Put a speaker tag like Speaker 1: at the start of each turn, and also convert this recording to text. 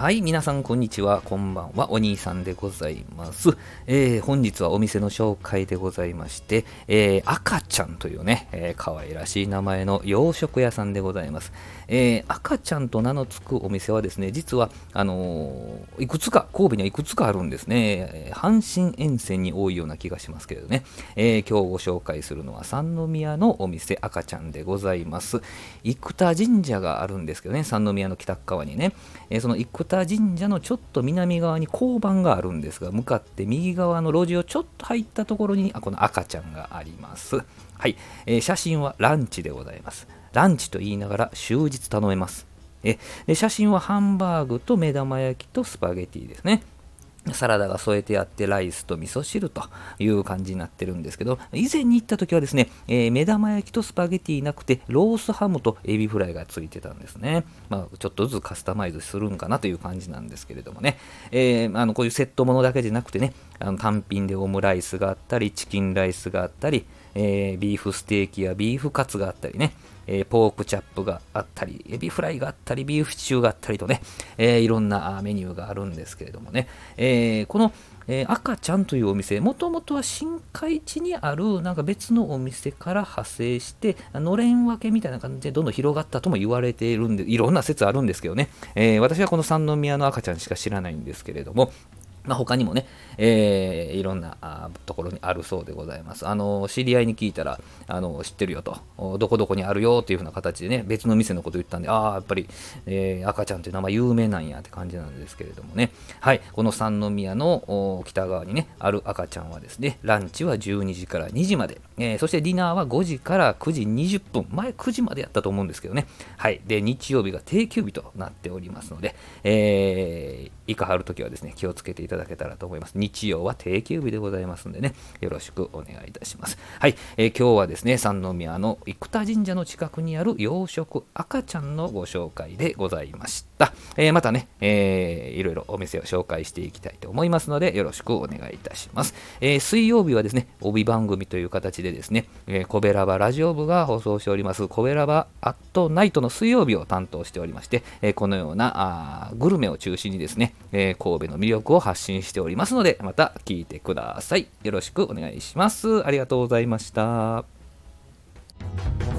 Speaker 1: はい、皆さんこんにちは、こんばんは、お兄さんでございます。本日はお店の紹介でございまして、赤ちゃんというね、可愛らしい名前の洋食屋さんでございます。赤ちゃんと名の付くお店はですね、実は、いくつか、神戸にはいくつかあるんですね。阪神沿線に多いような気がしますけれどね。今日ご紹介するのは三宮のお店、赤ちゃんでございます。生田神社があるんですけどね、三宮の北側にね。その生田神社のちょっと南側に交番があるんですが、向かって右側の路地をちょっと入ったところにこの赤ちゃんがあります。はい、写真はランチでございます。ランチと言いながら終日頼めます。で写真はハンバーグと目玉焼きとスパゲティですね。サラダが添えてあってライスと味噌汁という感じになってるんですけど、以前に行った時はですね、目玉焼きとスパゲティなくてロースハムとエビフライがついてたんですね。ちょっとずつカスタマイズするんかなという感じなんですけれどもね、こういうセットものだけじゃなくてね、単品でオムライスがあったりチキンライスがあったり、ビーフステーキやビーフカツがあったりね、ポークチャップがあったり、エビフライがあったり、ビーフシチューがあったりとね、いろんなメニューがあるんですけれどもね、この、赤ちゃんというお店、もともとは新海地にあるなんか別のお店から派生して、のれん分けみたいな感じでどんどん広がったとも言われているんで、いろんな説あるんですけどね、私はこの三宮の赤ちゃんしか知らないんですけれども、他にもね、いろんなところにあるそうでございます。知り合いに聞いたら、知ってるよと、どこどこにあるよというふうな形でね、別の店のこと言ったんで、やっぱり、赤ちゃんという名前有名なんやって感じなんですけれどもね。はい、この三宮の北側にね、ある赤ちゃんはですね、ランチは12時から2時まで、そしてディナーは5時から9時20分、前9時までやったと思うんですけどね。はい、で、日曜日が定休日となっておりますので、行かはるときはですね、気をつけていただけたらと思います。日曜は定休日でございますのでね、よろしくお願いいたします。はい、今日はですね、三宮の生田神社の近くにある洋食赤ちゃんのご紹介でございました。またね、いろいろお店を紹介していきたいと思いますので、よろしくお願いいたします。水曜日はですね、帯番組という形でですね、コベラバラジオ部が放送しております、コベラバアットナイトの水曜日を担当しておりまして、このようなグルメを中心にですね、神戸の魅力を発信しておりますので、また聞いてください。よろしくお願いします。ありがとうございました。